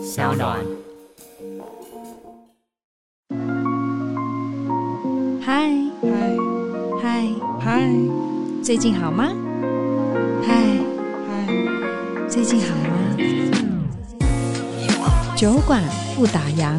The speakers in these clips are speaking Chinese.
小暖。 嗨嗨嗨嗨，最近好吗？嗨嗨，最近好吗？酒馆不打烊。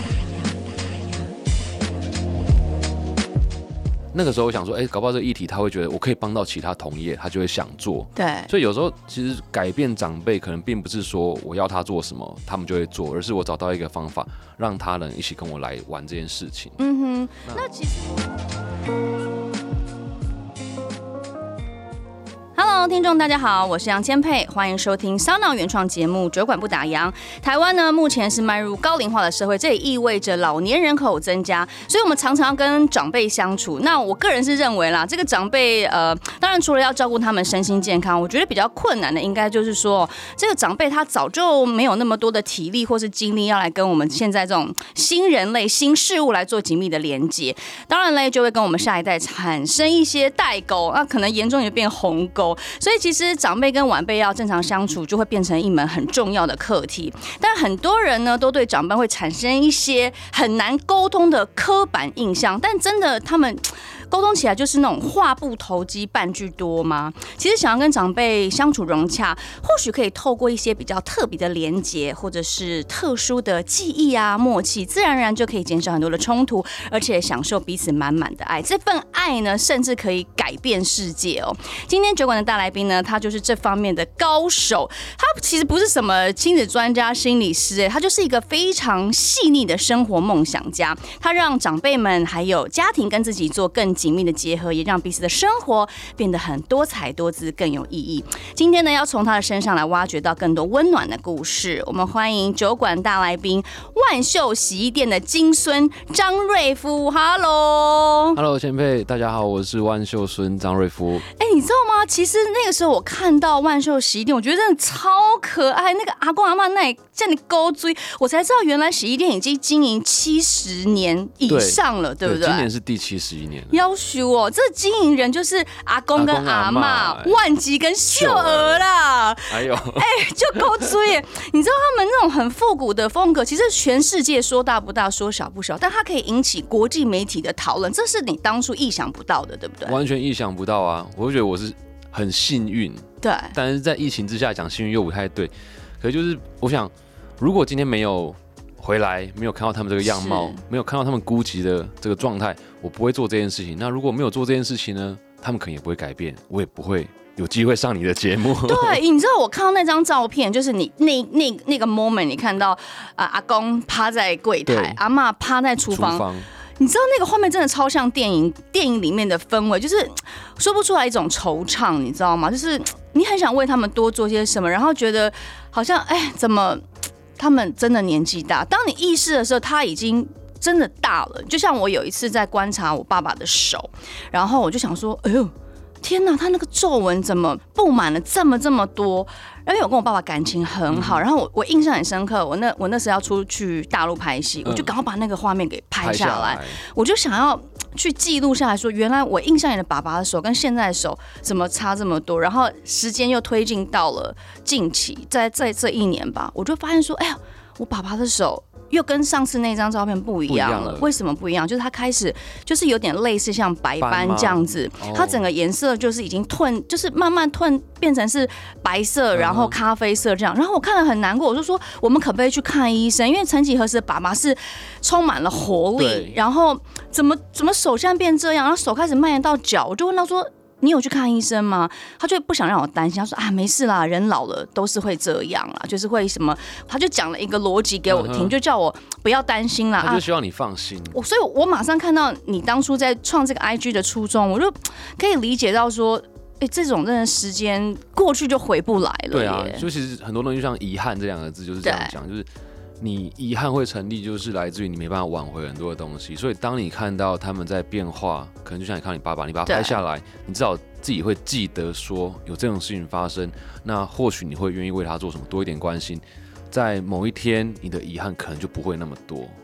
那个时候我想说，搞不好这个议题他会觉得我可以帮到其他同业，他就会想做。 对， 所以有时候其实改变长辈，可能并不是说我要他做什么，他们就会做，而是我找到一个方法，让他人一起跟我来玩这件事情。 那其实。Hello， 听众大家好，我是杨千佩，欢迎收听烧脑原创节目《酒馆不打烊》。台湾呢，目前是迈入高龄化的社会，这也意味着老年人口增加，所以我们常常跟长辈相处。那我个人是认为啦，这个长辈当然除了要照顾他们身心健康，我觉得比较困难的应该就是说，这个长辈他早就没有那么多的体力或是精力要来跟我们现在这种新人类、新事物来做紧密的连接，当然嘞就会跟我们下一代产生一些代沟，那可能严重也变鸿沟。所以其实长辈跟晚辈要正常相处，就会变成一门很重要的课题。但很多人呢，都对长辈会产生一些很难沟通的刻板印象，但真的他们沟通起来就是那种话不投机半句多吗？其实想要跟长辈相处融洽，或许可以透过一些比较特别的连结，或者是特殊的记忆啊、默契，自然而然就可以减少很多的冲突，而且享受彼此满满的爱。这份爱呢，甚至可以改变世界哦。今天酒馆的大来宾呢，他就是这方面的高手。他其实不是什么亲子专家、心理师，他就是一个非常细腻的生活梦想家。他让长辈们还有家庭跟自己做更紧密的结合，也让彼此的生活变得很多彩多姿，更有意义。今天呢，要从他的身上来挖掘到更多温暖的故事。我们欢迎酒馆大来宾万秀洗衣店的金孙张瑞夫。Hello， 前辈，大家好，我是万秀孙张瑞夫。 你知道吗？其实那个时候我看到万秀洗衣店，我觉得真的超可爱。那个阿公阿嬷那里叫你勾追，我才知道原来洗衣店已经经营70年以上了，对不对？ 今年是第71年了。 要求哦，这经营人就是阿公跟阿嬷、万吉跟秀娥啦。 还有， 就勾追耶！你知道他们那种很复古的风格，其实全世界说大不大，说小不小，但它可以引起国际媒体的讨论，这是你当初意想不到的，对不对？ 完全意想不到啊！我觉得我是很幸运， 对， 但是在疫情之下讲幸运又不太对。可是就是我想，如果今天没有回来，没有看到他们这个样貌，没有看到他们孤寂的这个状态，我不会做这件事情。那如果没有做这件事情呢，他们可能也不会改变，我也不会有机会上你的节目。 对，你知道我看到那张照片，就是你那个 moment， 你看到阿公趴在柜台，阿嬷趴在厨房。你知道那个画面真的超像电影里面的氛围，就是说不出来一种惆怅，你知道吗？就是你很想为他们多做些什么，然后觉得好像怎么他们真的年纪大？当你意识的时候，他已经真的大了。就像我有一次在观察我爸爸的手，然后我就想说，哎呦，天哪，他那个皱纹怎么布满了这么多？因为我跟我爸爸感情很好，然后我印象很深刻，我那时候要出去大陆拍戏，我就赶快把那个画面给拍下来，我就想要去记录下来说，原来我印象里的爸爸的手跟现在的手怎么差这么多，然后时间又推进到了近期，在这1年吧，我就发现说，我爸爸的手又跟上次那张照片不一样了。为什么不一样？就是它开始就是有点类似像白斑这样子，它整个颜色就是已经就是慢慢变成是白色，然后咖啡色这样。然后我看了很难过，我就说我们可不可以去看医生？因为曾几何时的爸爸是充满了活力，然后怎么手现在变这样？然后手开始蔓延到脚，我就问他说，你有去看医生吗？他就不想让我担心，他说没事啦，人老了都是会这样啦，就是会什么，他就讲了一个逻辑给我听，就叫我不要担心啦。 他就希望你放心。 所以我马上看到你当初在创这个 IG 的初衷，我就可以理解到说，这种真的时间过去就回不来了。 对啊，就其实很多东西就像遗憾这2个字就是这样讲，就是你遗憾会成立，就是来自于你没办法挽回很多的东西。所以当你看到他们在变化，可能就像你看你爸爸，你把它拍下来，你至少自己会记得说有这种事情发生，那或许你会愿意为他做什么，多一点关心，在某一天你的遗憾可能就不会那么多。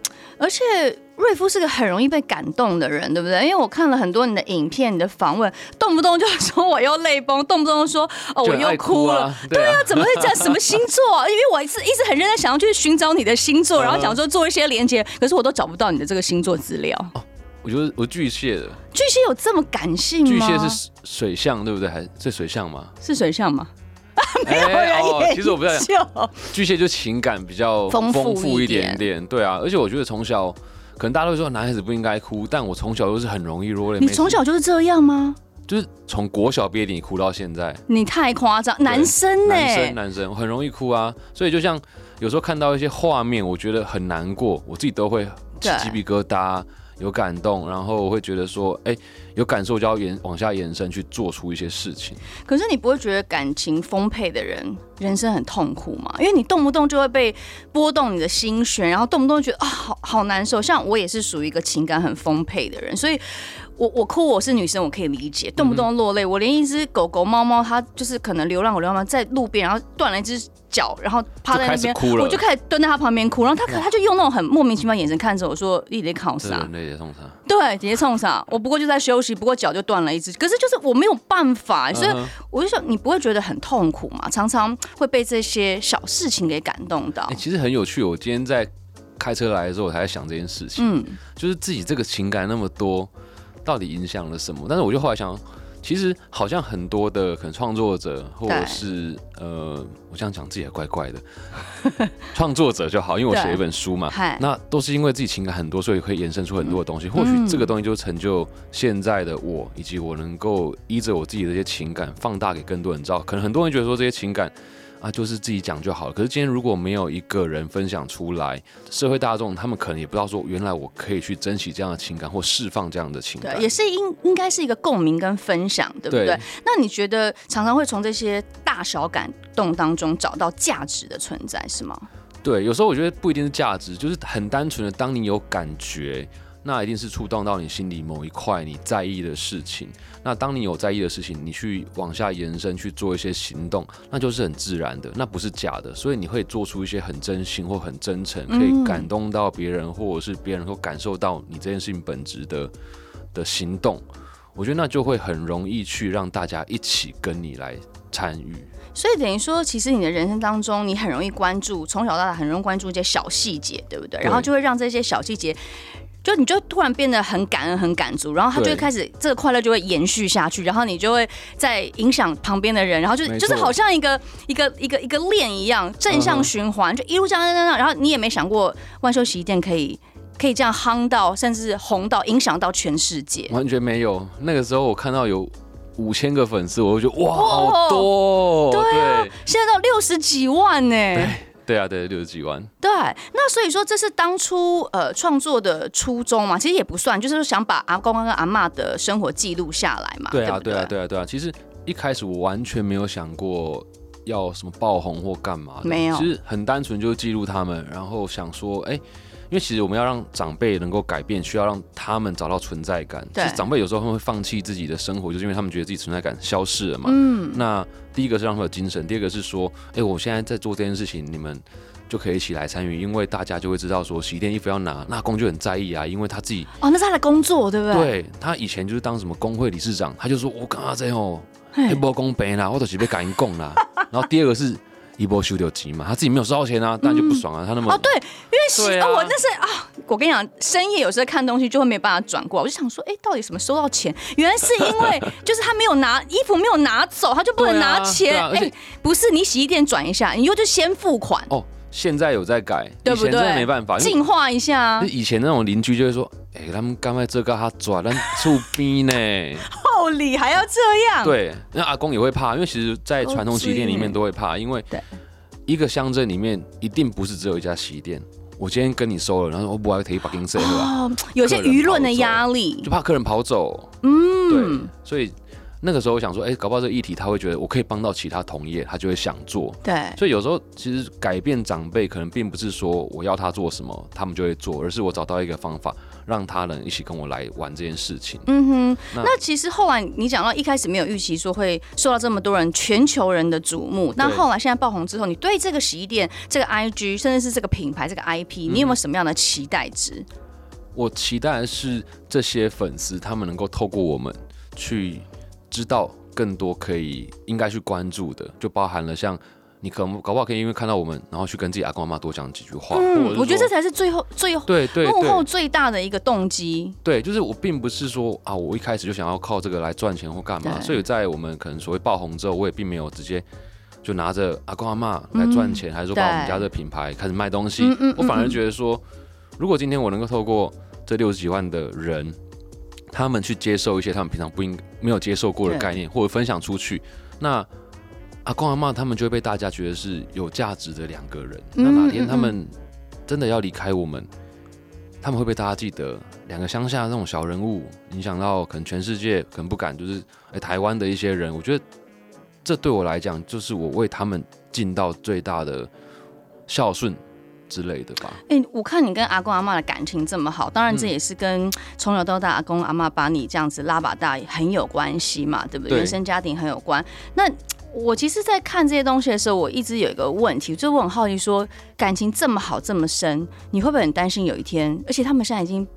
而且瑞夫是个很容易被感动的人，对不对？因为我看了很多你的影片、你的访问，动不动就说我又泪崩，动不动就说哦我又哭了。对啊，怎么会这样？什么星座啊？因为我一直很认真想要去寻找你的星座，然后想说做一些连结，可是我都找不到你的这个星座资料。 我觉得我巨蟹的。 巨蟹有这么感性吗？ 巨蟹是水象，对不对？还是水象吗？ 是水象吗？没有人研究。 其实我不太巨蟹就情感比较丰富一点点，对啊。而且我觉得从小可能大家都说男孩子不应该哭，但我从小都是很容易落泪。 你从小就是这样吗？ 就是从国小毕业典礼哭到现在。 你太夸张，男生呢？ 男生很容易哭啊。所以就像有时候看到一些画面，我觉得很难过，我自己都会起鸡皮疙瘩。有感动，然后我会觉得说，有感受就要往下延伸去做出一些事情。 可是你不会觉得感情丰沛的人人生很痛苦吗？因为你动不动就会被波动你的心弦，然后动不动就觉得好难受。像我也是属于一个情感很丰沛的人，所以我哭，我是女生，我可以理解，动不动落泪。我连一只狗狗、猫猫，它就是可能流浪猫在路边，然后断了一只脚，然后趴在那边，我就开始蹲在它旁边哭，然后他就用那种很莫名其妙的眼神看着我说：“你在靠啥？”对，直接冲啥？我不过就在休息，不过脚就断了一只。可是就是我没有办法，所以我就想，你不会觉得很痛苦吗？常常会被这些小事情给感动到。 其实很有趣。我今天在开车来的时候，我才在想这件事情。就是自己这个情感那么多，到底影响了什么？但是我就后来想，其实好像很多的可能创作者，或者是我这样讲自己也怪怪的，创作者就好，因为我写一本书嘛，那都是因为自己情感很多，所以可以延伸出很多的东西。或许这个东西就成就现在的我，以及我能够依着我自己的这些情感放大给更多人知道。可能很多人觉得说这些情感就是自己讲就好了。可是今天如果没有一个人分享出来，社会大众他们可能也不知道说，原来我可以去珍惜这样的情感或释放这样的情感。 对，也是应该是一个共鸣跟分享，对不对？那你觉得常常会从这些大小感动当中找到价值的存在，是吗？ 对，有时候我觉得不一定是价值，就是很单纯的，当你有感觉，那一定是触动到你心里某一块你在意的事情。那当你有在意的事情，你去往下延伸去做一些行动，那就是很自然的，那不是假的。所以你会做出一些很真心或很真诚，可以感动到别人，或者是别人会感受到你这件事情本质的行动。我觉得那就会很容易去让大家一起跟你来参与。 所以等于说，其实你的人生当中，你很容易关注，从小到大很容易关注一些小细节，对不对？然后就会让这些小细节，就你就突然变得很感恩、很感足，然后他就会开始这个快乐就会延续下去，然后你就会在影响旁边的人，然后就是好像一个链一样，正向循环，就一路这样，然后你也没想过万秀洗衣店可以这样夯到，甚至红到影响到全世界， 完全没有。那个时候我看到有5000个粉丝，我就觉得哇，好多、 对啊，现在到60几万呢。 对啊，60几万。 对，那所以说这是当初创作的初衷嘛？其实也不算，就是想把阿公跟阿嬷的生活记录下来嘛。 对啊， 对啊，对啊。其实一开始我完全没有想过要什么爆红或干嘛的， 没有， 其实很单纯就是记录他们，然后想说，因为其实我们要让长辈能够改变，需要让他们找到存在感。其实长辈有时候会放弃自己的生活，就是因为他们觉得自己存在感消失了嘛。那第一个是让他们有精神，第二个是说，我现在在做这件事情，你们就可以一起来参与，因为大家就会知道说，洗衣店衣服要拿，那阿公就很在意啊，因为他自己那是他的工作，对不对？ 对，他以前就是当什么工会理事长，他就说我刚刚这没公平啦，我就是被赶紧供啦。然后第二个是。一波收掉钱嘛，他自己没有收到钱啊，当然就不爽啊。他那么对，因为我那是我跟你讲，深夜有时候看东西就会没办法转过来，我就想说，到底什么收到钱？原来是因为就是他没有拿衣服，没有拿走，他就不能拿钱。不是你洗衣店转一下，你就先付款。 现在有在改， 对不对？ 以前真的没办法， 进化一下。 以前那种邻居就会说，他们刚才这个他转，咱厝边呢， 厚礼还要这样。 对，那阿公也会怕，因为其实，在传统洗衣店里面都会怕，因为一个乡镇里面一定不是只有一家洗衣店。我今天跟你收了，然后我不还可以把给你收了。 有些舆论的压力， 就怕客人跑走。对，所以。那个时候我想说，搞不好这个议题他会觉得我可以帮到其他同业，他就会想做。 对， 所以有时候其实改变长辈可能并不是说我要他做什么，他们就会做，而是我找到一个方法让他人一起跟我来玩这件事情。 那其实后来你讲到一开始没有预期说会受到这么多人全球人的瞩目，那后来现在爆红之后，你对这个洗衣店、这个 IG， 甚至是这个品牌、这个 IP， 你有没有什么样的期待值？ 我期待的是这些粉丝他们能够透过我们去知道更多应该去关注的，就包含了像你搞不好可以因为看到我们，然后去跟自己阿公阿嬷多讲几句话。 我觉得这才是最后幕后最大的一个动机。 对，就是我并不是说啊，我一开始就想要靠这个来赚钱或干嘛，所以在我们可能所谓爆红之后，我也并没有直接就拿着阿公阿嬷来赚钱，还是说把我们家这个品牌开始卖东西。我反而觉得说，如果今天我能够透过这60几万的人，他们去接受一些他们平常没有接受过的概念，或者分享出去，那阿公阿嬷他们就会被大家觉得是有价值的2个人。那哪天他们真的要离开我们，他们会被大家记得2个乡下那种小人物，影响到可能全世界，可能不敢就是台湾的一些人。我觉得这对我来讲，就是我为他们尽到最大的孝顺之类的吧。 我看你跟阿公阿嬷的感情这么好，当然这也是跟从小到大阿公阿嬷把你这样子拉把大很有关系嘛，对不对？原生家庭很有关。那我其实，在看这些东西的时候，我一直有一个问题，就是我很好奇说，感情这么好这么深，你会不会很担心有一天，而且他们现在已经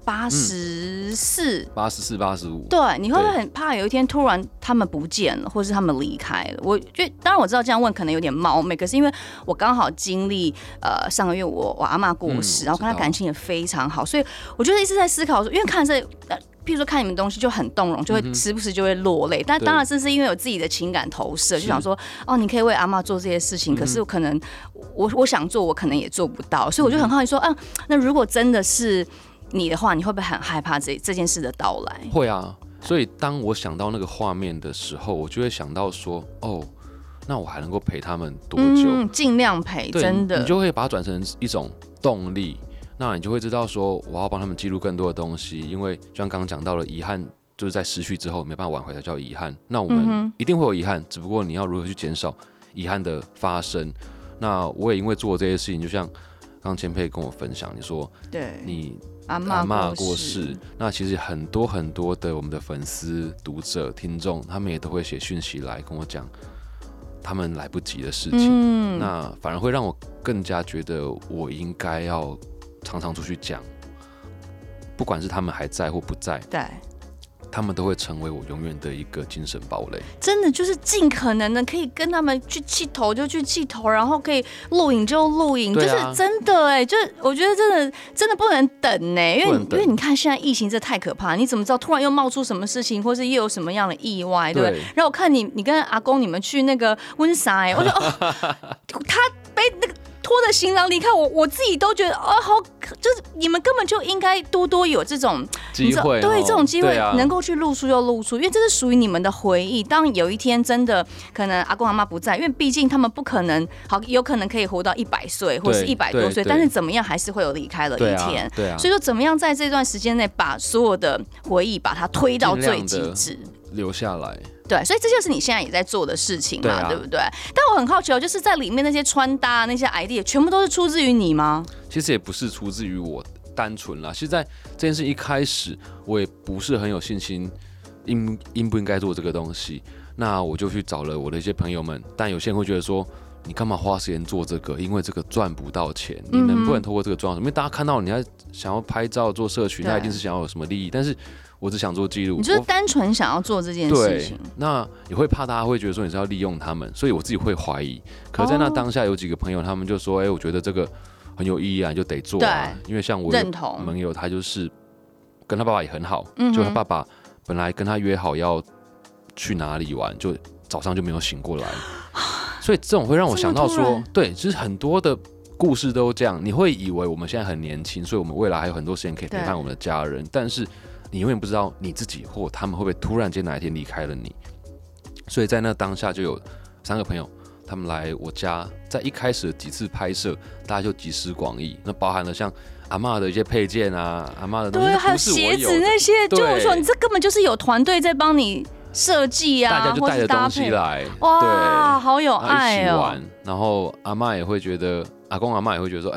84、 85， 对，你会不会很怕有一天突然他们不见了，或是他们离开了？我觉得，当然我知道这样问可能有点冒昧，可是因为我刚好经历上个月我阿嬷过世，然后跟他感情也非常好，所以我就一直在思考说，因为看这。譬如说看你们东西就很动容，就会时不时就会落泪。但当然这是因为有自己的情感投射，就想说哦，你可以为阿嬷做这些事情，可是可能我想做，我可能也做不到，所以我就很好奇说，那如果真的是你的话，你会不会很害怕这件事的到来？ 会啊，所以当我想到那个画面的时候，我就会想到说，哦，那我还能够陪他们多久？ 尽量陪，真的， 你就会把它转成一种动力。那你就会知道说，我要帮他们记录更多的东西，因为就像刚刚讲到了，遗憾就是在失去之后没办法挽回才叫遗憾。那我们一定会有遗憾，只不过你要如何去减少遗憾的发生。那我也因为做这些事情，就像刚刚千佩跟我分享，你说，对，你阿嬷过世，那其实很多很多的我们的粉丝、读者、听众，他们也都会写讯息来跟我讲他们来不及的事情。那反而会让我更加觉得我应该要常常出去讲，不管是他们还在或不在，对，他们都会成为我永远的一个精神堡垒。真的就是尽可能的可以跟他们去气头就去气头，然后可以录影就录影，就是真的就是我觉得真的不能等因为你看现在疫情这太可怕，你怎么知道突然又冒出什么事情，或是又有什么样的意外，对不对？然后我看你跟阿公你们去那个温莎，我就他背那个。拖着行囊离开我自己都觉得好，就是你们根本就应该多有这种机会，对这种机会能够去露出就露出，因为这是属于你们的回忆。当有一天真的可能阿公阿嬷不在，因为毕竟他们不可能有可能可以活到100岁或是100多岁，但是怎么样还是会有离开了一天。所以说怎么样在这段时间内把所有的回忆把它推到最极致，留下来。对，所以这就是你现在也在做的事情嘛， 对不对？但我很好奇就是在里面那些穿搭那些 idea 全部都是出自于你吗？其实也不是出自于我单纯啦，其实在这件事一开始我也不是很有信心应不应该做这个东西，那我就去找了我的一些朋友们，但有些人会觉得说你干嘛花时间做这个，因为这个赚不到钱，你能不能透过这个赚到什么？因为大家看到你还想要拍照做社群，那一定是想要有什么利益，但是我只想做记录，你就是单纯想要做这件事情。那也会怕大家会觉得说你是要利用他们，所以我自己会怀疑。可在那当下有几个朋友，他们就说：“我觉得这个很有意义啊，你就得做啊。”因为像我有朋友，他就是跟他爸爸也很好，就他爸爸本来跟他约好要去哪里玩，就早上就没有醒过来，所以这种会让我想到说，对，其实很多的故事都这样。你会以为我们现在很年轻，所以我们未来还有很多时间可以陪伴我们的家人，但是你永远不知道你自己或他们会不会突然间哪一天离开了你。所以在那当下就有3个朋友，他们来我家，在一开始的几次拍摄，大家就集思广益，那包含了像阿嬷的一些配件啊，阿嬷的东西，对，还有鞋子那些，就是说你这根本就是有团队在帮你设计啊，大家就带着东西来，哇，对，好有爱哦，一起玩。然后阿嬷也会觉得，阿公阿嬷也会觉得说，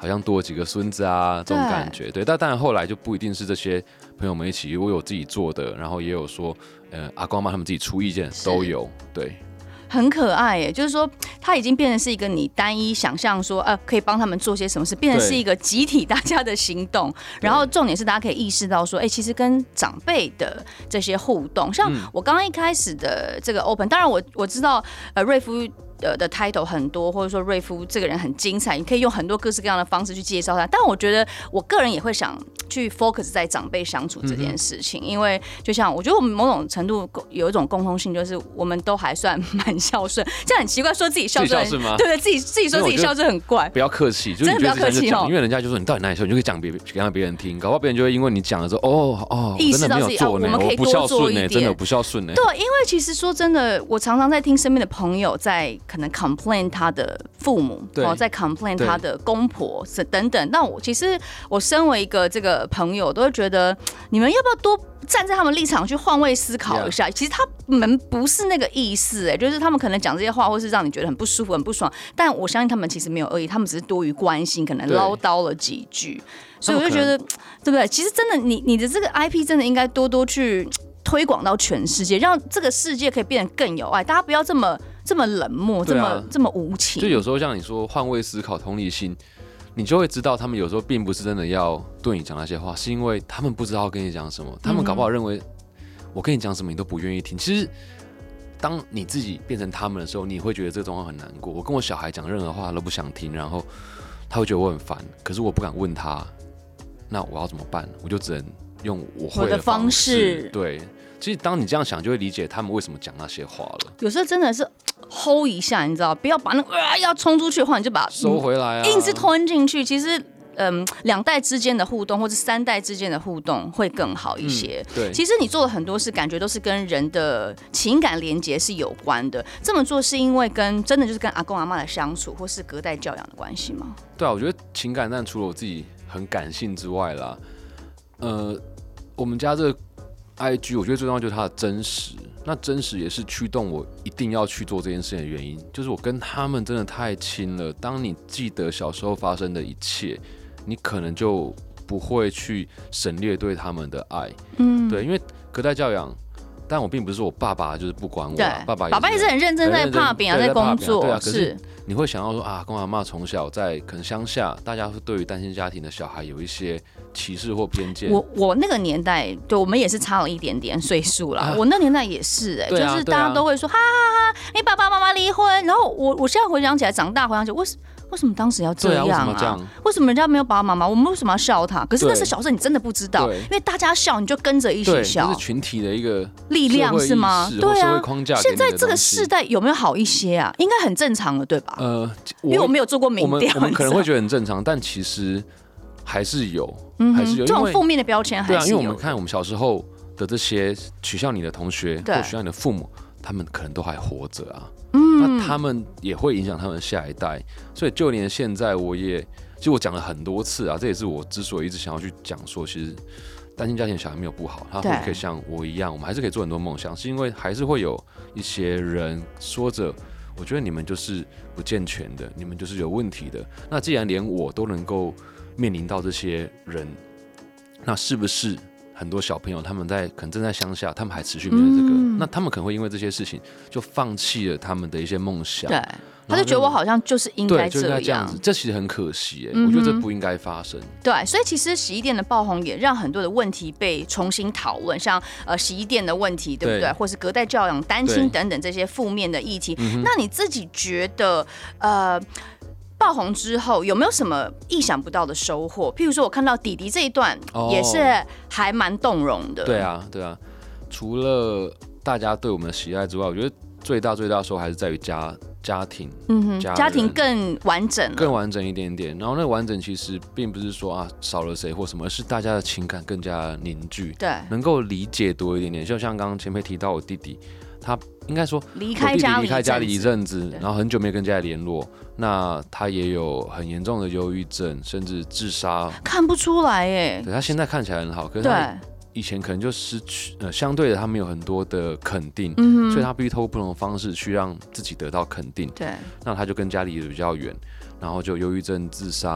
好像多了几个孙子啊这种感觉。对，但当然后来就不一定是这些朋友们一起，我有自己做的，然后也有说阿公阿嬷他们自己出意见都有，对。 很可爱耶，就是说，它已经变成是一个你单一想象说，可以帮他们做些什么事，变成是一个集体大家的行动。然后重点是大家可以意识到说，其实跟长辈的这些互动，像我刚刚一开始的这个 open， 当然我知道瑞夫的 title 很多，或者说瑞夫这个人很精彩，你可以用很多各式各样的方式去介绍他。但我觉得我个人也会想去 focus 在长辈相处这件事情，因为就像我觉得我们某种程度有一种共通性，就是我们都还算蛮孝顺。这样很奇怪，说自己孝顺，对不对？自己说自己孝顺很怪。 不要客气，就是、 真的不要客气哦。 因为人家就说你到底哪里孝，你就可以讲给别人听，搞不好别人就会因为你讲的时候， 意识到自己我们可以多做一点， 真的不孝顺呢。 对，因为其实说真的，我常常在听身边的朋友在可能 complain 他的父母，在 complain 他的公婆等等。那其实我身为一个这个朋友，都会觉得你们要不要多站在他们立场去换位思考一下？其实他们不是那个意思，就是他们可能讲这些话，或是让你觉得很不舒服、很不爽。但我相信他们其实没有恶意，他们只是多于关心，可能唠叨了几句。所以我就觉得，对不对？其实真的，你的这个 IP 真的应该多多去推广到全世界，让这个世界可以变得更有爱。大家不要这么冷漠，这么无情。 就有时候像你说换位思考、同理心，你就会知道他们有时候并不是真的要对你讲那些话，是因为他们不知道跟你讲什么，他们搞不好认为我跟你讲什么你都不愿意听。其实当你自己变成他们的时候，你会觉得这个状况很难过。我跟我小孩讲任何话他都不想听，然后他会觉得我很烦，可是我不敢问他，那我要怎么办？我就只能用我会的方式。对，其实当你这样想，就会理解他们为什么讲那些话了。 有时候真的是 hold 一下，你知道，不要把那个要冲出去的话，你就把它收回来啊， 硬是吞进去。其实，两代之间的互动，或者三代之间的互动会更好一些。 对， 其实你做了很多事，感觉都是跟人的情感连结是有关的。这么做是因为真的就是跟阿公阿嬷的相处，或是隔代教养的关系吗？ 对啊，我觉得情感，但除了我自己很感性之外啦，我们家这个 IG， 我觉得最重要就是它的真实。那真实也是驱动我一定要去做这件事情的原因，就是我跟他们真的太亲了。当你记得小时候发生的一切，你可能就不会去省略对他们的爱。对，因为隔代教养，但我并不是说我爸爸就是不管我，爸爸也是很认真在打拼啊，在工作。对啊，可是你会想到说啊，公阿嬷从小在可能乡下，大家会对于单亲家庭的小孩有一些歧视或偏见。 我那个年代，对我们也是差了一点点岁数啦。我那年代也是就是大家都会说哈哈哈，你爸爸妈妈离婚。然后我现在回想起来，长大回想起来，为什么当时要这样啊？为什么人家没有爸爸妈妈，我们为什么要笑他？可是那是小时候你真的不知道，因为大家笑你就跟着一起笑， 这是群体的一个力量是吗？对啊， 现在这个世代有没有好一些啊？应该很正常了，对吧？因为我没有做过民调， 我们可能会觉得很正常，但其实还是有， 这种负面的标签还是有。 对啊，因为我们看我们小时候的这些取笑你的同学或取笑你的父母，他们可能都还活着啊。那他们也会影响他们下一代，所以就连现在其实我讲了很多次啊，这也是我之所以一直想要去讲说，其实单亲家庭的小孩没有不好，他会可以像我一样，我们还是可以做很多梦想，是因为还是会有一些人说着，我觉得你们就是不健全的，你们就是有问题的。那既然连我都能够面临到这些人，那是不是很多小朋友他们可能正在乡下，他们还持续面对这个，那他们可能会因为这些事情就放弃了他们的一些梦想。 对，他就觉得我好像就是应该这样子，这其实很可惜我觉得这不应该发生。 对，所以其实洗衣店的爆红也让很多的问题被重新讨论，像洗衣店的问题，对不对？或是隔代教养、单亲等等这些负面的议题。那你自己觉得爆红之后有没有什么意想不到的收获？譬如说我看到弟弟这一段也是还蛮动容的。 对啊，除了大家对我们的喜爱之外，我觉得最大的收获还是在于家庭， 家庭更完整一点点。然后那个完整其实并不是说少了谁或什么，而是大家的情感更加凝聚， 对， 能够理解多一点点。就像刚刚前面提到我弟弟，他应该说离开家里一阵子，然后很久没跟家里联络，那他也有很严重的忧郁症，甚至自杀， 看不出来耶。 对，他现在看起来很好，可是他以前可能就失去，相对的他没有很多的肯定，所以他必须透过不同的方式去让自己得到肯定。 对， 那他就跟家里比较远，然后就忧郁症、自杀，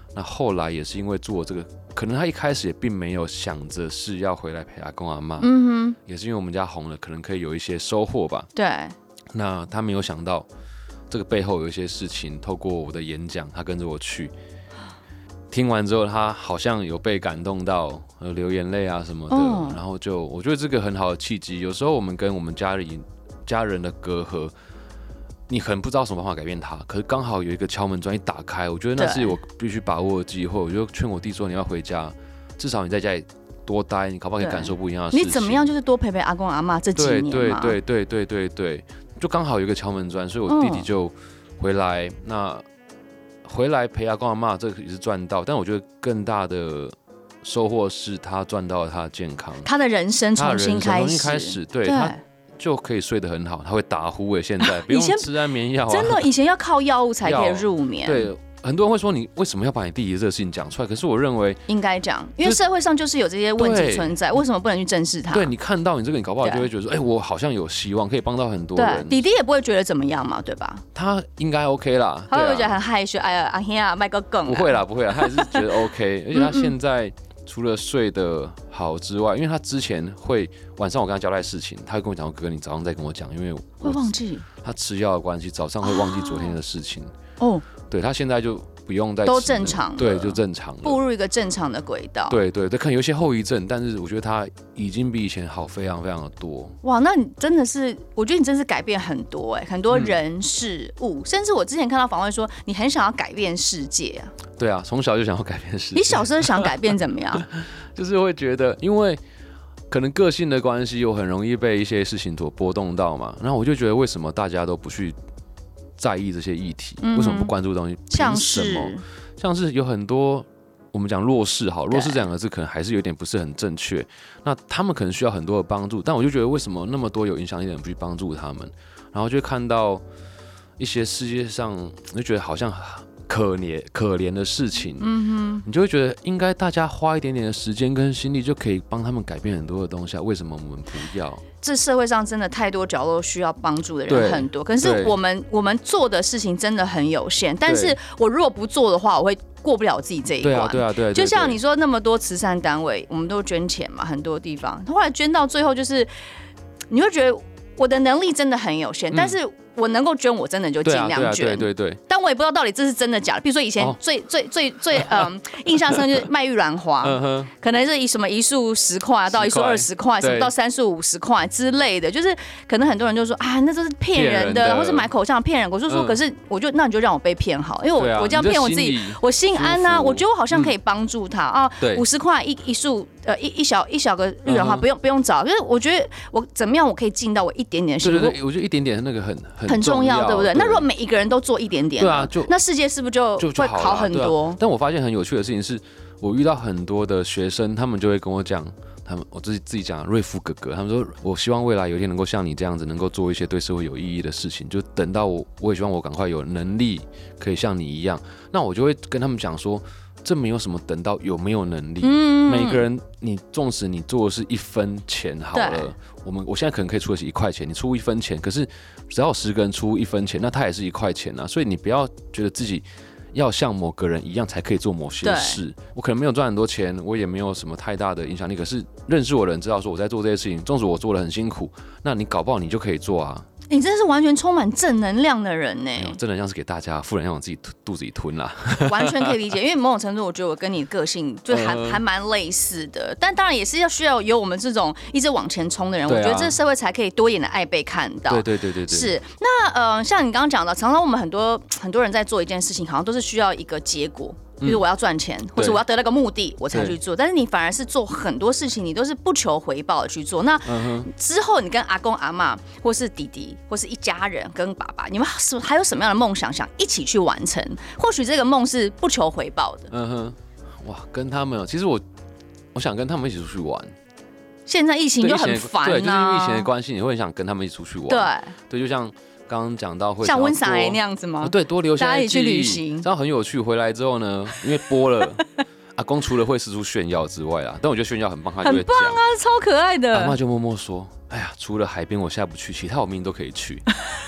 那后来也是因为做这个，可能他一开始也并没有想着是要回来陪阿公阿嬷，也是因为我们家红了，可能可以有一些收获吧。 对， 那他没有想到这个背后有一些事情，透过我的演讲，他跟着我去，听完之后，他好像有被感动到，流眼泪啊什么的，然后我觉得这个很好的契机。有时候我们跟我们家人的隔阂。你很不知道什么办法改变它，可是刚好有一个敲门砖一打开，我觉得那是我必须把握的机会。我就劝我弟说，你要回家，至少你在家里多待，你搞不好可以感受不一样的事情。 你怎么样就是多陪陪阿公阿嬷这几年嘛。 对，就刚好有一个敲门砖，所以我弟弟就回来。那回来陪阿公阿嬷，这个也是赚到，但我觉得更大的收获是他赚到了他的健康， 他的人生重新开始， 对他。就可以睡得很好，他会打呼现在不用吃安眠药真的，以前要靠药物才可以入眠。 对，很多人会说你为什么要把你弟弟这个事情讲出来？可是我认为应该讲，因为社会上就是有这些问题存在，为什么不能去正视它？ 对，你看到你这个，你搞不好就会觉得说，我好像有希望可以帮到很多人。 弟弟也不会觉得怎么样嘛，对吧？ 他应该 OK 啦， 他会觉得很害羞，哎呀，阿兄啊，卖个梗。 不会啦，他也是觉得 OK， 而且他现在。除了睡得好之外，因为他之前会晚上我跟他交代事情，他会跟我讲，哥哥你早上再跟我讲，因为会忘记他吃药的关系，早上会忘记昨天的事情。对他现在就不用再都正常了， 对，就正常了， 步入一个正常的轨道。 对，可能有一些后遗症，但是我觉得他已经比以前好非常非常的多。 哇，那你真的是，我觉得你真是改变很多很多人事物，甚至我之前看到访问说，你很想要改变世界啊。 对啊，从小就想要改变世界。 你小时候想改变怎么样？ 就是会觉得，因为可能个性的关系，我很容易被一些事情所波动到嘛。然后我就觉得，为什么大家都不去在意这些议题？为什么不关注东西？ 像是有很多我们讲弱势，弱势这两个字可能还是有点不是很正确。那他们可能需要很多的帮助，但我就觉得，为什么那么多有影响力的人不去帮助他们？然后就看到一些世界上，你就觉得好像可怜的事情，你就会觉得应该大家花一点点的时间跟心力就可以帮他们改变很多的东西，为什么我们不要？ 这社会上真的太多角落需要帮助的人很多，可是我们做的事情真的很有限。但是我如果不做的话，我会过不了自己这一关。 对啊。 就像你说那么多慈善单位，我们都捐钱嘛，很多地方，后来捐到最后就是，你会觉得我的能力真的很有限，但是我能够捐，我真的就尽量捐。 对。 但我也不知道到底这是真的假的。比如说以前最印象深就是卖玉兰花，可能是以什么一束10块到一束20块，什么到3束50块之类的，就是可能很多人就说啊，那都是骗人的，或是买口香骗人。我就说，可是那你就让我被骗好，因为我这样骗我自己，我心安啊。我觉得我好像可以帮助他啊，50块一束。一小个玉兰花不用找，就是我觉得我怎么样，我可以尽到我一点点的心。 对，我觉得一点点那个很重要，对不对？那如果每一个人都做一点点， 对啊， 那世界是不是就会好很多？ 但我发现很有趣的事情是，我遇到很多的学生，他们就会跟我讲，我自己讲瑞夫哥哥，他们说我希望未来有一天能够像你这样子，能够做一些对社会有意义的事情。就等到我也希望我赶快有能力可以像你一样，那我就会跟他们讲说。这没有什么等到有没有能力，每个人你纵使你做的是1分钱好了，我现在可能可以出的是1块钱，你出1分钱，可是只要有10个人出1分钱，那他也是1块钱啊。所以你不要觉得自己要像某个人一样才可以做某些事。我可能没有赚很多钱，我也没有什么太大的影响力，可是认识我的人知道说我在做这些事情，纵使我做得很辛苦，那你搞不好你就可以做啊。 你真的是完全充满正能量的人呢！ 正能量是给大家，负能量我自己肚子里吞啦。 完全可以理解，因为某种程度，我觉得我跟你个性就还蛮类似的。但当然也是需要有我们这种一直往前冲的人，我觉得这社会才可以多一点的爱被看到。 对。 是那像你刚刚讲的，常常我们很多人在做一件事情，好像都是需要一个结果。比如我要赚钱，或者我要得到个目的，我才去做。但是你反而是做很多事情，你都是不求回报的去做。那之后你跟阿公阿嬷，或是弟弟，或是一家人跟爸爸，你们还有什么样的梦想想一起去完成？或许这个梦是不求回报的。 哇，跟他们，其实我想跟他们一起出去玩。 现在疫情就很烦啊， 对，就是因为疫情的关系，你会很想跟他们一起出去玩。对，就像。刚刚讲到会像温莎那样子吗？ 对，多留下一起去旅行， 这样很有趣。回来之后呢，因为播了，阿公除了会四处炫耀之外啦，但我觉得炫耀很棒，他就会讲， 很棒啊，超可爱的。 阿嬤就默默说：“哎呀，除了海边我下不去，其他我明明都可以去。”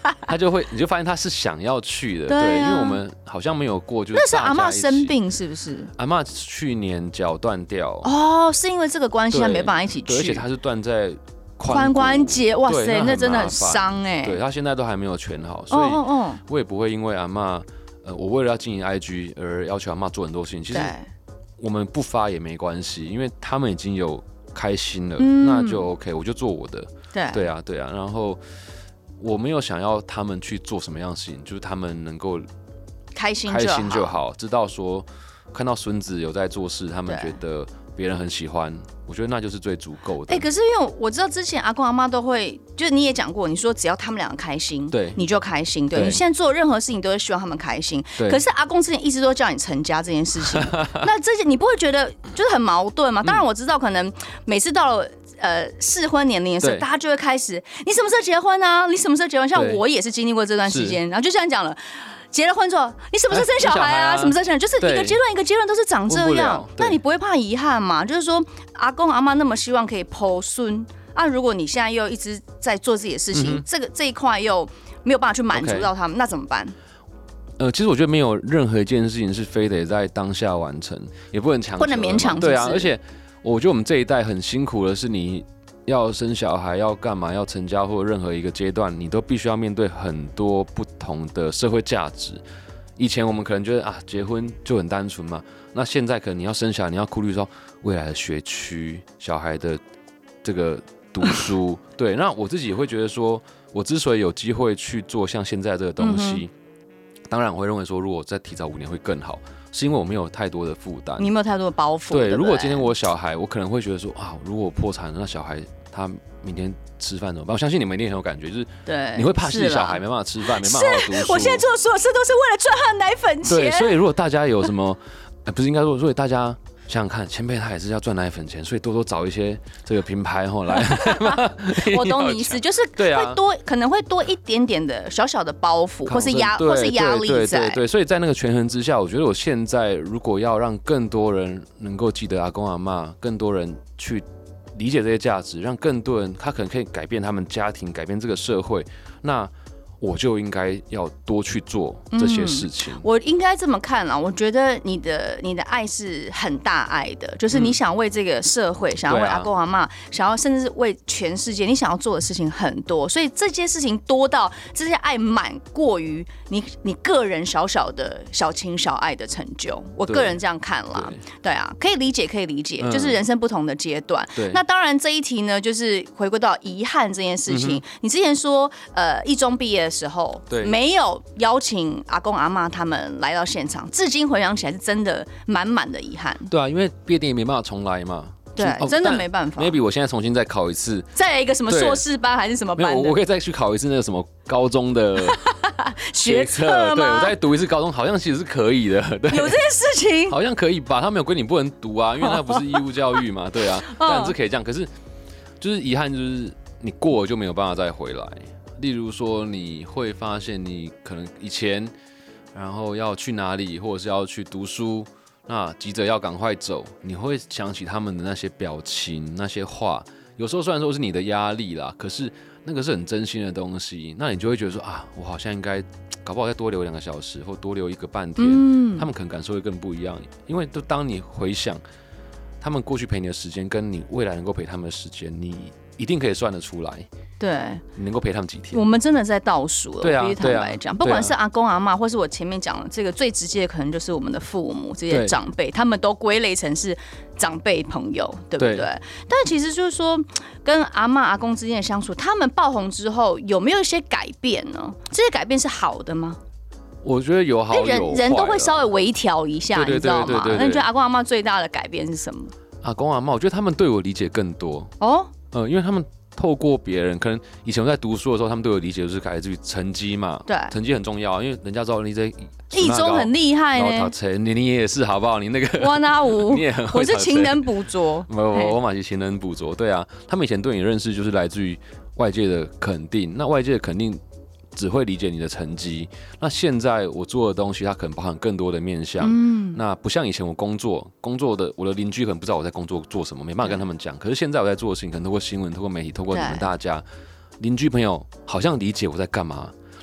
他就会你就发现他是想要去的，对，因为我们好像没有过就是那时候阿嬷生病是不是？ 阿嬷去年脚断掉， 哦，是因为这个关系他没办法一起去， 而且他是断在髋关节，哇塞，那真的很伤哎。 对，他现在都还没有全好，所以我也不会因为阿嬷，我为了要经营 IG 而要求阿嬷做很多事情。其实我们不发也没关系，因为他们已经有开心了，那就 OK， 我就做我的。对啊。然后我没有想要他们去做什么样的事情，就是他们能够开心就好， 知道说看到孙子有在做事，他们觉得别人很喜欢，我觉得那就是最足够的。 可是因为我知道之前阿公阿妈都会，就是你也讲过，你说只要他们两个开心， 对， 你就开心。对，你现在做任何事情都会希望他们开心。可是阿公之前一直都叫你成家这件事情，那这些你不会觉得就是很矛盾吗？当然我知道，可能每次到了适婚年龄的时候，大家就会开始，你什么时候结婚啊？你什么时候结婚？像我也是经历过这段时间，然后就像你讲了。结了婚之后，你什么时候生小孩啊？什么时候生？就是一个阶段一个阶段都是长这样。那你不会怕遗憾吗？就是说，阿公阿嬷那么希望可以抱孙啊，如果你现在又一直在做自己的事情，这一块又没有办法去满足到他们，那怎么办？ 其实我觉得没有任何一件事情是非得在当下完成，也不能强求， 不能勉强。 对啊，而且我觉得我们这一代很辛苦的是你。要生小孩，要干嘛？要成家，或者任何一个阶段，你都必须要面对很多不同的社会价值。以前我们可能觉得结婚就很单纯嘛，那现在可能你要生小孩，你要顾虑说未来的学区、小孩的这个读书。对，那我自己也会觉得说，我之所以有机会去做像现在这个东西，当然我会认为说，如果再提早5年会更好。是因为我没有太多的负担， 你没有太多的包袱。 对，如果今天我有小孩，我可能会觉得说如果我破产了，那小孩他明天吃饭怎么办？我相信你们一定很有感觉，就是你会怕自己小孩没办法吃饭，没办法读书。 我现在做的所有事都是为了赚他的奶粉钱。 对，所以如果大家有什么，不是应该说，所以大家。想想看，前辈他也是要赚奶粉钱，所以多多找一些这个品牌来。 我懂你意思，就是会多，可能会多一点点的小小的包袱，或是压力在。 对，所以在那个权衡之下，我觉得我现在如果要让更多人能够记得阿公阿嬷，更多人去理解这些价值，让更多人他可能可以改变他们家庭，改变这个社会，那。我就应该要多去做这些事情。 我应该这么看啦，我觉得你的爱是很大爱的，就是你想为这个社会，想要为阿公阿嬷，想要甚至是为全世界，你想要做的事情很多，所以这些事情多到这些爱满过于你个人小小的小情小爱的成就。我个人这样看啦，对啊，可以理解，就是人生不同的阶段。那当然这一题呢，就是回归到遗憾这件事情。你之前说一中毕业的时候，没有邀请阿公阿嬷他们来到现场，至今回想起来是真的满满的遗憾。 对啊，因为毕业典礼没办法重来嘛。 对，真的没办法。 maybe 我现在重新再考一次， 再来一个什么硕士班还是什么班的？ 我可以再去考一次那个什么高中的学测吗？ 对，我再读一次高中，好像其实是可以的。对， 有这件事情， 好像可以吧？他没有规定不能读啊，因为那不是义务教育嘛。对啊，当然是可以这样。可是就是遗憾，就是你过了就没有办法再回来。例如说，你会发现你可能以前，然后要去哪里，或者是要去读书，那急着要赶快走，你会想起他们的那些表情、那些话。有时候虽然说是你的压力啦，可是那个是很真心的东西，那你就会觉得说我好像应该，搞不好再多留2个小时，或多留1个半天，他们可能感受会更不一样。因为都当你回想他们过去陪你的时间，跟你未来能够陪他们的时间，你一定可以算得出来。 对， 你能够陪他们几天？ 我们真的在倒数了。 对啊， 我必须坦白讲，不管是阿公阿嬷，或是我前面讲的这个最直接的，可能就是我们的父母这些长辈，他们都归类成是长辈朋友，对不对？但其实就是说，跟阿嬷阿公之间的相处，他们爆红之后有没有一些改变呢？这些改变是好的吗？ 我觉得有好有坏， 人都会稍微微调一下，你知道吗？那你觉得阿公阿嬷最大的改变是什么？ 阿公阿嬷，我觉得他们对我理解更多哦。因为他们透过别人，可能以前我在读书的时候，他们对我理解就是来自于成绩嘛。对，成绩很重要，因为人家知道你在一中很厉害呢。 你也是好不好？你那个哇那无， 你也很会。 我是勤能补拙。 我马是勤能补拙。对啊，他们以前对你认识就是来自于外界的肯定，那外界的肯定只会理解你的成绩。那现在我做的东西，它可能包含更多的面向。那不像以前我工作的，我的邻居可能不知道我在工作做什么，没办法跟他们讲。可是现在我在做的事情，可能透过新闻、透过媒体、透过你们大家，邻居朋友好像理解我在干嘛。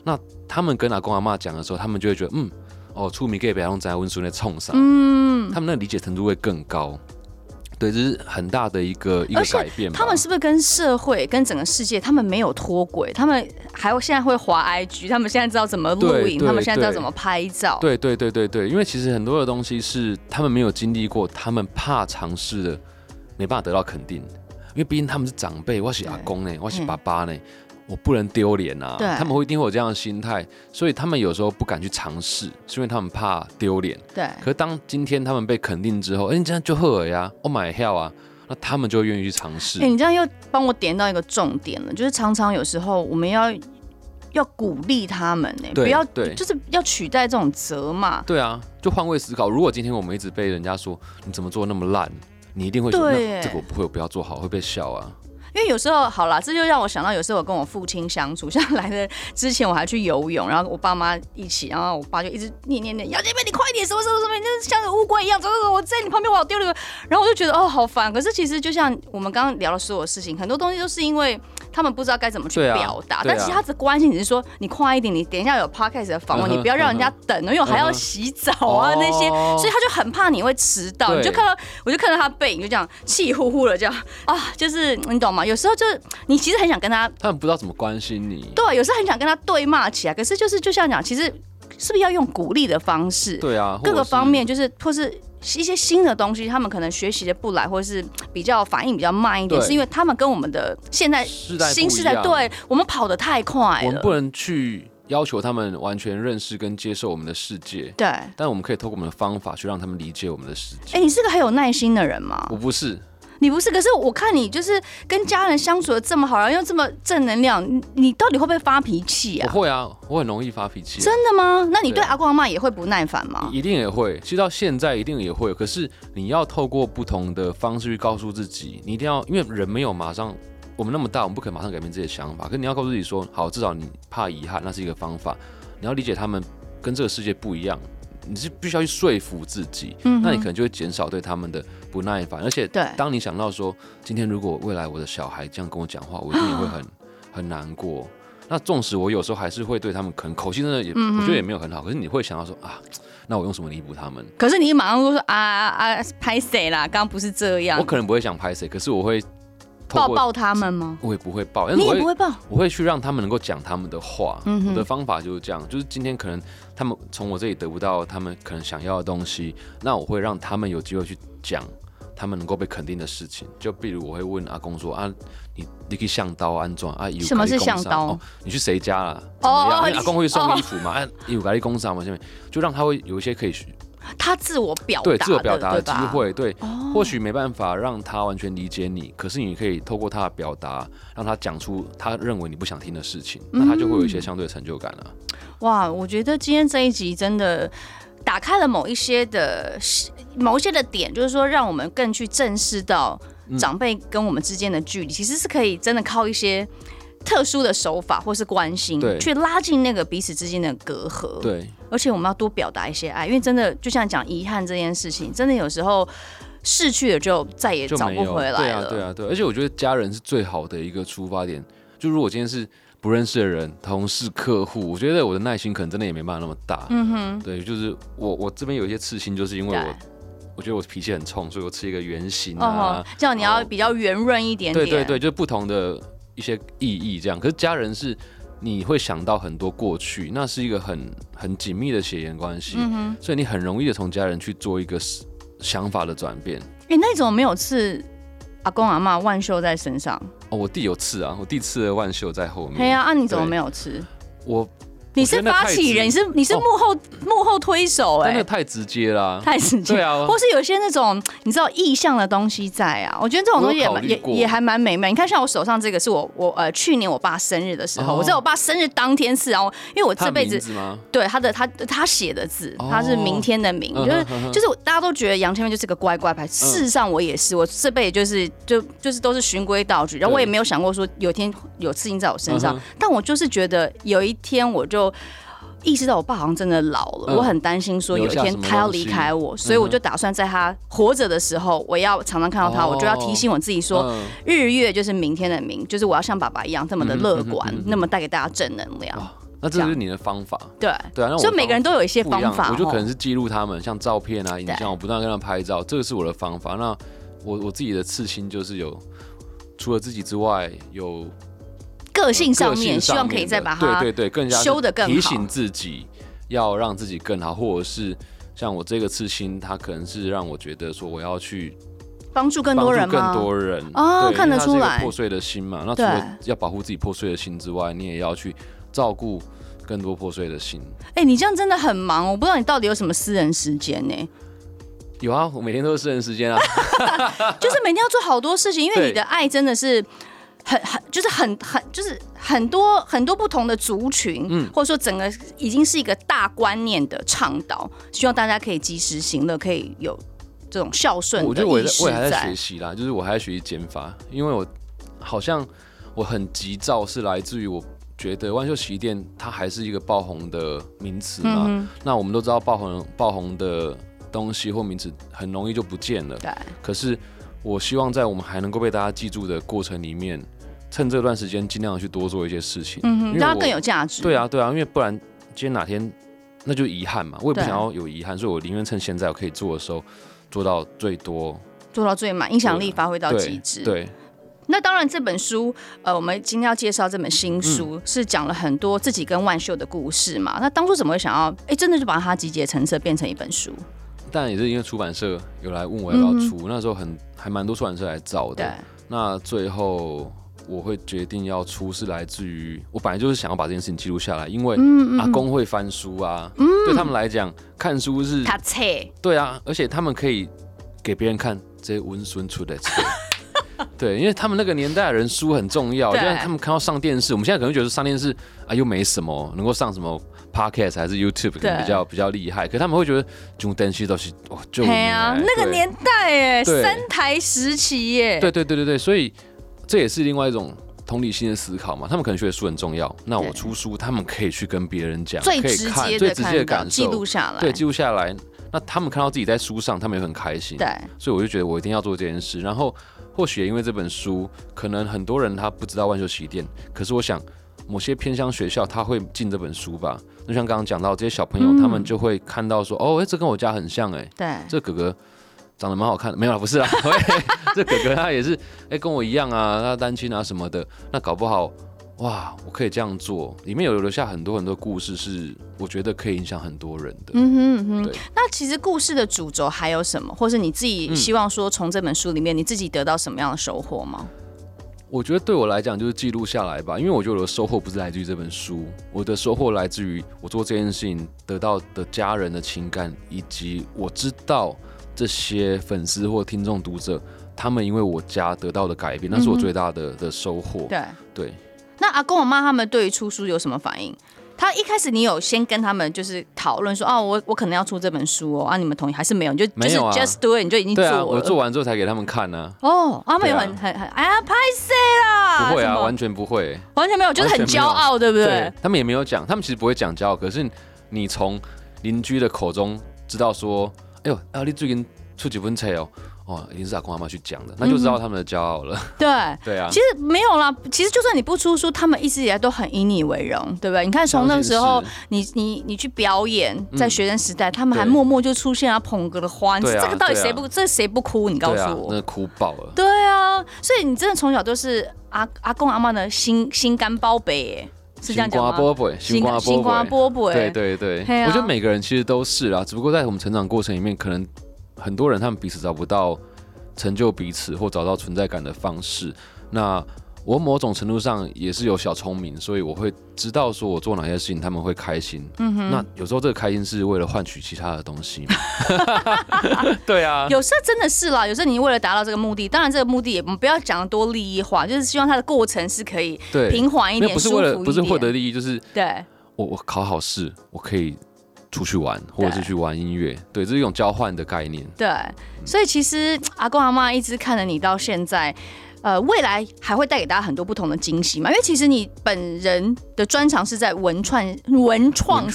那他们跟阿公阿嬷讲的时候，他们就会觉得出名给别人在温顺的冲上，他们那理解程度会更高。对，这是很大的一个改变吧。 他们是不是跟社会、跟整个世界，他们没有脱轨？他们还有现在会滑 IG， 他们现在知道怎么录影，他们现在知道怎么拍照。 对，因为其实很多的东西是他们没有经历过，他们怕尝试的，没办法得到肯定。因为毕竟他们是长辈，我是阿公呢，我是爸爸呢。我不能丢脸啊！他们一定会有这样的心态，所以他们有时候不敢去尝试，是因为他们怕丢脸。 对。 可是当今天他们被肯定之后，你这样就好了呀，我买票啊，那他们就会愿意去尝试。 你这样又帮我点到一个重点了，就是常常有时候我们要鼓励他们呢，不要就是要取代这种责骂。 对啊，就换位思考。如果今天我们一直被人家说你怎么做那么烂，你一定会说那这个我不会，我不要做好，会被笑啊。 因为有时候好啦，这就让我想到有时候我跟我父亲相处，像来的之前我还去游泳，然后我爸妈一起，然后我爸就一直念姚姐妹你快点什么，你就是像个乌龟一样走，我在你旁边我好丢脸，然后我就觉得好烦。可是其实就像我们刚刚聊的所有事情，很多东西都是因为他们不知道该怎么去表达，但其实他的关心只是说你快一点，你等一下有 podcast 的访问，你不要让人家等，因为我还要洗澡啊那些，所以他就很怕你会迟到。我就看到他背影就这样气呼呼的这样就是你懂吗？有时候就是你其实很想跟他们不知道怎么关心你。 对，有时候很想跟他对骂起来，可是就像讲，其实是不是要用鼓励的方式？ 对啊， 各个方面就是或是一些新的东西，他们可能学习的不来，或是比较反应比较慢一点，是因为他们跟我们的现在新世代，对我们跑得太快了， 我们不能去要求他们完全认识跟接受我们的世界。 对， 但我们可以透过我们的方法去让他们理解我们的世界。 你是个很有耐心的人吗？ 我不是。 你不是，可是我看你就是跟家人相处的这么好，然后又这么正能量，你到底会不会发脾气啊？ 我会啊，我很容易发脾气。 真的吗？那你对阿公阿嬷也会不耐烦吗？ 一定也会，其实到现在一定也会。可是你要透过不同的方式去告诉自己，你一定要，因为人没有马上，我们那么大，我们不可能马上改变自己的想法。可是你要告诉自己说，好，至少你怕遗憾，那是一个方法。你要理解他们跟这个世界不一样。你是必须要去说服自己，那你可能就会减少对他们的不耐烦，而且当你想到说，今天如果未来我的小孩这样跟我讲话，我一定也会很难过。那纵使我有时候还是会对他们可能口气真的也，我觉得也没有很好，可是你会想到说那我用什么弥补他们？ 可是你马上说拍谁啦？刚刚不是这样。 我可能不会想拍谁，可是我会抱他们吗？ 我也不会抱， 你也不会抱， 我会去让他们能够讲他们的话。我的方法就是这样，就是今天可能他们从我这里得不到他们可能想要的东西，那我会让他们有机会去讲他们能够被肯定的事情。就比如我会问阿公说你可以向刀安装什么是向刀？ 你去谁家了？怎么样？阿公会送衣服嘛？有给你工伤嘛？下面就让他会有一些可以他自我表达， 对自我表达的机会，对，或许没办法让他完全理解你，可是你可以透过他的表达，让他讲出他认为你不想听的事情，那他就会有一些相对的成就感了。 哇，我觉得今天这一集真的打开了某一些的点，就是说让我们更去正视到长辈跟我们之间的距离，其实是可以真的靠一些特殊的手法或是关心，去拉近那个彼此之间的隔阂。 对， 而且我们要多表达一些爱，因为真的就像讲遗憾这件事情，真的有时候逝去了就再也找不回来了。 对啊。而且我觉得家人是最好的一个出发点。就如果今天是不认识的人、同事、客户，我觉得我的耐心可能真的也没办法那么大。对，就是我这边有一些刺青，就是因为我觉得我脾气很冲，所以我吃一个圆形这样你要比较圆润一点点。 对，就是不同的一些意义这样。可是家人是你会想到很多过去，那是一个很紧密的血缘关系，所以你很容易的从家人去做一个想法的转变。 那种没有刺阿公阿嬷万秀在身上？ 我弟有刺啊，我弟刺了万秀在后面。 对啊，你怎么没有刺？你是发起人，你是幕后推手真的太直接了， 太直接。 对啊， 或是有些那种你知道意象的东西在啊，我觉得这种东西也还蛮美妙。你看，像我手上这个是我去年我爸生日的时候，我在我爸生日当天刺，然后因为我这辈子对他写的字，他是明天的明，就是大家都觉得杨千霈就是个乖乖牌，事实上我也是，我这辈子就是都是循规蹈矩，然后我也没有想过说有一天有刺青在我身上，但我就是觉得有一天我就意识到我爸好像真的老了，我很担心说有一天他要离开我，所以我就打算在他活着的时候，我要常常看到他，我就要提醒我自己说，日月就是明天的明，就是我要像爸爸一样这么的乐观，那么带给大家正能量。 那这就是你的方法。 对对啊，那所以每个人都有一些方法。 我就可能是记录他们，像照片啊、影像，我不断跟他们拍照，这个是我的方法。那我自己的刺青就是有，除了自己之外，有个性上面，希望可以再把它对更加修得更好， 提醒自己要让自己更好，或者是像我这个刺青，它可能是让我觉得说我要去帮助更多人吗？ 帮助更多人哦，看得出来， 破碎的心嘛。那除了要保护自己破碎的心之外，你也要去照顾更多破碎的心。 你这样真的很忙，我不知道你到底有什么私人时间呢？ 有啊，我每天都是私人时间啊， 就是每天要做好多事情，因为你的爱真的是就是很多不同的族群，或者说整个已经是一个大观念的倡导，希望大家可以及时行乐，可以有这种孝顺的意识在。 我觉得我也还在学习啦，就是我还在学习减法，因为我好像我很急躁，是来自于我觉得万秀洗衣店它还是一个爆红的名词嘛。那我们都知道爆红的东西或名词很容易就不见了。对。可是我希望在我们还能够被大家记住的过程里面，趁这段时间尽量去多做一些事情， 让它更有价值。 对啊，因为不然今天哪天那就遗憾嘛，我也不想要有遗憾，所以我宁愿趁现在我可以做的时候做到最多，做到最满，影响力发挥到极致。 对。 那当然，这本书，我们今天要介绍这本新书，是讲了很多自己跟万秀的故事嘛。那当初怎么会想要，真的就把它集结成册，变成一本书？ 当然也是因为出版社有来问我要不要出，那时候还蛮多出版社来找的。那最后我会决定要出，是来自于我本来就是想要把这件事情记录下来，因为阿公会翻书啊，对他们来讲看书是读册， 对啊，而且他们可以给别人看这些温孙出的册。对，因为他们那个年代的人书很重要，就像他们看到上电视，我们现在可能觉得上电视啊又没什么，能够上什么 podcast 还是 YouTube 可能比较厉害，可他们会觉得这种东西都是哇，就那个年代三台时期耶， 对，所以这也是另外一种同理心的思考嘛。他们可能觉得书很重要，那我出书，他们可以去跟别人讲， 最直接的感受，记录下来， 对，记录下来。那他们看到自己在书上，他们也很开心， 对， 所以我就觉得我一定要做这件事。然后或许也因为这本书，可能很多人他不知道万秀洗衣店，可是我想某些偏乡学校他会进这本书吧。就像刚刚讲到这些小朋友，他们就会看到说，这跟我家很像对， 这哥哥长得蛮好看的，没有啦，不是啦，这哥哥他也是跟我一样啊，他单亲啊什么的，那搞不好。哇，我可以这样做，里面有留下很多故事，是我觉得可以影响很多人的。对。 那其实故事的主轴还有什么，或是你自己希望说从这本书里面你自己得到什么样的收获吗？ 我觉得对我来讲就是记录下来吧，因为我觉得我的收获不是来自于这本书，我的收获来自于我做这件事情得到的家人的情感，以及我知道这些粉丝或听众读者，他们因为我家得到的改变，那是我最大的收获。对。 那阿公阿妈他们对于出书有什么反应？他一开始你有先跟他们就是讨论说，我可能要出这本书你们同意还是没有？你就没有就是 just do it， 你就已经做了。对啊， 我做完之后才给他们看呢。 他们有很拍谁啦？ 不会啊，完全不会， 完全没有，就是很骄傲，对不对？ 对，他们也没有讲，他们其实不会讲骄傲，可是你从邻居的口中知道说，你最近出几本册一定是阿公阿妈去讲的，那就知道他们的骄傲了。对啊， 其实没有啦，其实就算你不出书，他们一直以来都很以你为荣，对不对？你看从那个时候，你去表演，在学生时代，他们还默默就出现捧个的花，这个到底谁不哭？你告诉我， 那哭爆了。 对啊，所以你真的从小都是阿公阿妈的心肝宝贝耶。是这样讲吗？ 心肝宝贝，对，我觉得每个人其实都是啦，只不过在我们成长过程里面，可能很多人他们彼此找不到成就彼此或找到存在感的方式。那我某种程度上也是有小聪明，所以我会知道说我做哪些事情他们会开心。那有时候这个开心是为了换取其他的东西嘛。对啊， 有时候真的是啦，有时候你为了达到这个目的，当然这个目的也不要讲得多利益化，就是希望它的过程是可以平缓一点、舒服一点。 不是获得利益，就是对我考好试，我可以出去玩，或者是去玩音乐，对，这是一种交换的概念。 对，所以其实阿公阿嬷一直看着你到现在。 未来还会带给大家很多不同的惊喜嘛？因为其实你本人的专长是在文创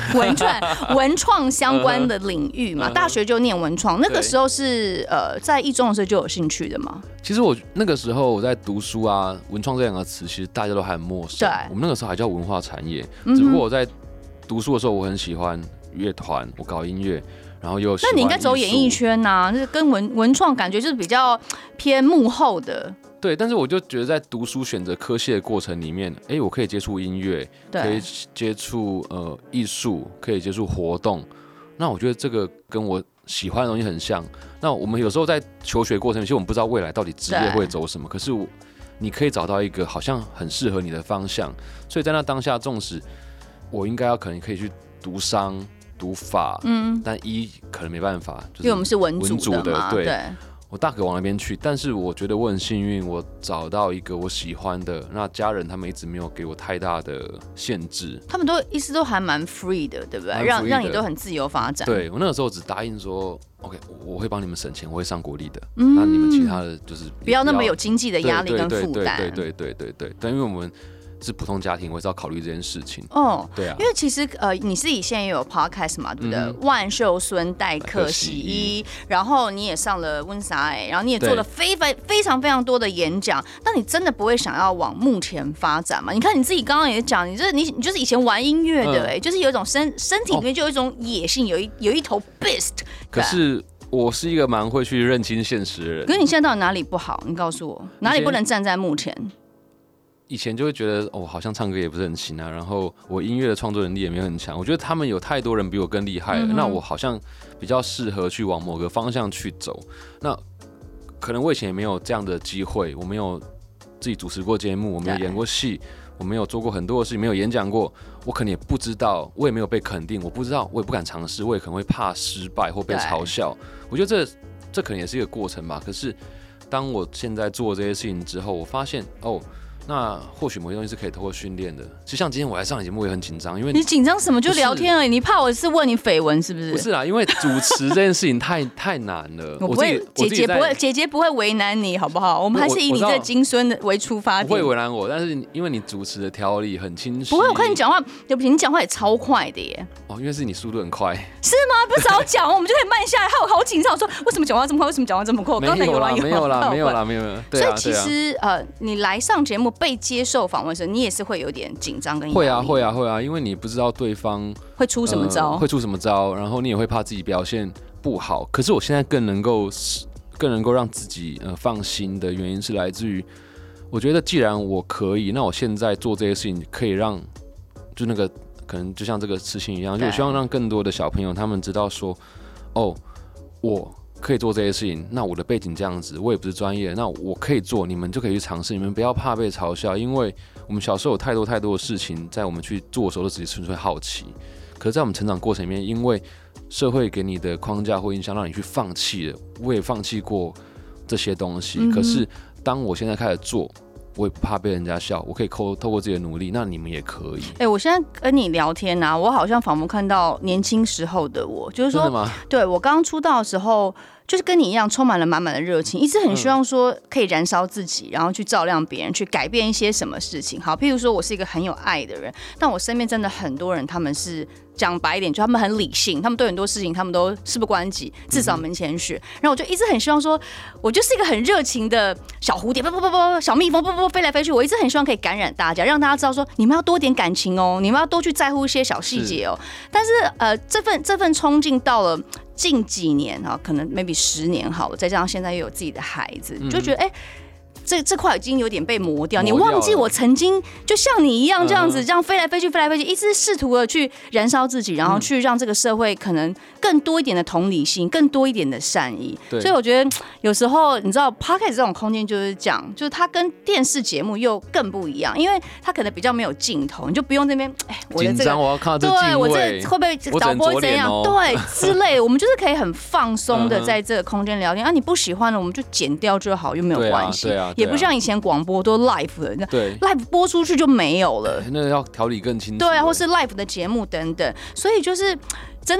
相关的领域嘛，大学就念文创，那个时候是在一中的时候就有兴趣的吗？ 其实我那个时候我在读书啊，文创这两个词其实大家都还很陌生， 对， 我们那个时候还叫文化产业，只不过我在读书的时候我很喜欢乐团，我搞音乐。然后又喜欢艺术， 那你应该走演艺圈呐，那跟文创感觉就是比较偏幕后的。 对，但是我就觉得在读书选择科系的过程里面，我可以接触音乐，可以接触艺术，可以接触活动。那我觉得这个跟我喜欢的东西很像。那我们有时候在求学过程，其实我们不知道未来到底职业会走什么，可是你可以找到一个好像很适合你的方向。所以在那当下，纵使我应该可能可以去读商。读法，但可能没办法，就是、 因为我们是文组的嘛， 对，我大可往那边去，但是我觉得我很幸运，我找到一个我喜欢的，那家人他们一直没有给我太大的限制， 他们一直都还蛮 free 的，对不对？让你都很自由发展。 对，我那个时候只答应说 ，OK， 我会帮你们省钱，我会上国立的，那你们其他的就是不要那么有经济的压力跟负担。 对，因为我们是普通家庭，我也是要考虑这件事情。对啊， 因为其实你自己现在也有 podcast 嘛，对不对？万寿孙代客洗衣，然后你也上了温莎，然后你也做了非常非常多的演讲。那你真的不会想要往幕前发展吗？你看你自己刚刚也讲，你就是以前玩音乐的，就是有一种身体里面就有一种野性，有一头 beast。 可是我是一个蛮会去认清现实的人。 可是你现在到底哪里不好？你告诉我，哪里不能站在幕前？ 以前就会觉得好像唱歌也不是很行啊，然后我音乐的创作能力也没有很强。我觉得他们有太多人比我更厉害了，那我好像比较适合去往某个方向去走。那可能我以前也没有这样的机会，我没有自己主持过节目，我没有演过戏，我没有做过很多的事情，没有演讲过，我可能也不知道，我也没有被肯定，我不知道，我也不敢尝试，我也可能会怕失败或被嘲笑。我觉得这可能也是一个过程吧。可是当我现在做这些事情之后，我发现那或许某些东西是可以透过训练的。其实像今天我来上你节目，我也很紧张，因为你紧张什么？就聊天而已。你怕我是问你绯闻是不是？ 不是啦，因为主持这件事情太难了。 我不会，姐姐不会为难你，好不好？我们还是以你这金孙的为出发点。 不会为难我，但是因为你主持的条理很清晰。 不会，我看你讲话，对不起，你讲话也超快的耶。 因为是你速度很快。 是吗？不早讲，我们就可以慢下来。我好紧张，我说为什么讲话这么快？为什么讲话这么快？我刚才有啦。 所以其实你来上节目被接受访问的时候，你也是会有点紧张跟压力。 会啊，因为你不知道对方会出什么招， 然后你也会怕自己表现不好。可是我现在更能够让自己放心的原因是来自于，我觉得既然我可以，那我现在做这些事情可以让就那个可能就像这个事情一样，就我希望让更多的小朋友他们知道说，我可以做这些事情，那我的背景这样子，我也不是专业，那我可以做，你们就可以去尝试，你们不要怕被嘲笑，因为我们小时候有太多的事情，在我们去做的时候都只是纯粹好奇，可是在我们成长过程里面，因为社会给你的框架或印象让你去放弃了，我也放弃过这些东西，可是当我现在开始做，我也不怕被人家笑，我可以透过自己的努力，那你们也可以。 我现在跟你聊天啊，我好像仿佛看到年轻时候的我，就是说，对我刚刚出道的时候，就是跟你一样，充满了满满的热情，一直很希望说可以燃烧自己，然后去照亮别人，去改变一些什么事情。好，譬如说我是一个很有爱的人，但我身边真的很多人，他们是讲白一点，就他们很理性，他们对很多事情他们都事不关己，至少门前雪。然后我就一直很希望说，我就是一个很热情的小蝴蝶，小蜜蜂，飞来飞去。我一直很希望可以感染大家，让大家知道说，你们要多点感情哦，你们要多去在乎一些小细节哦。但是这份冲劲到了近几年啊，可能 maybe 10年好了，再加上现在又有自己的孩子，就觉得这块已经有点被磨掉。你忘记我曾经就像你一样这样子，这样飞来飞去，一直试图的去燃烧自己，然后去让这个社会可能更多一点的同理心，更多一点的善意。所以我觉得有时候你知道 Podcast 这种空间就是这样，就是它跟电视节目又更不一样，因为它可能比较没有镜头，你就不用这边我的这个我要看到这镜位， 对我这会不会导播怎样，对之类的，我们就是可以很放松的在这个空间聊天啊。你不喜欢的我们就剪掉就好，又没有关系。也不像以前广播都 live 的，对 ，live 播出去就没有了， 那个要条理更清楚， 对啊，或是 live 的节目等等，所以就是真的。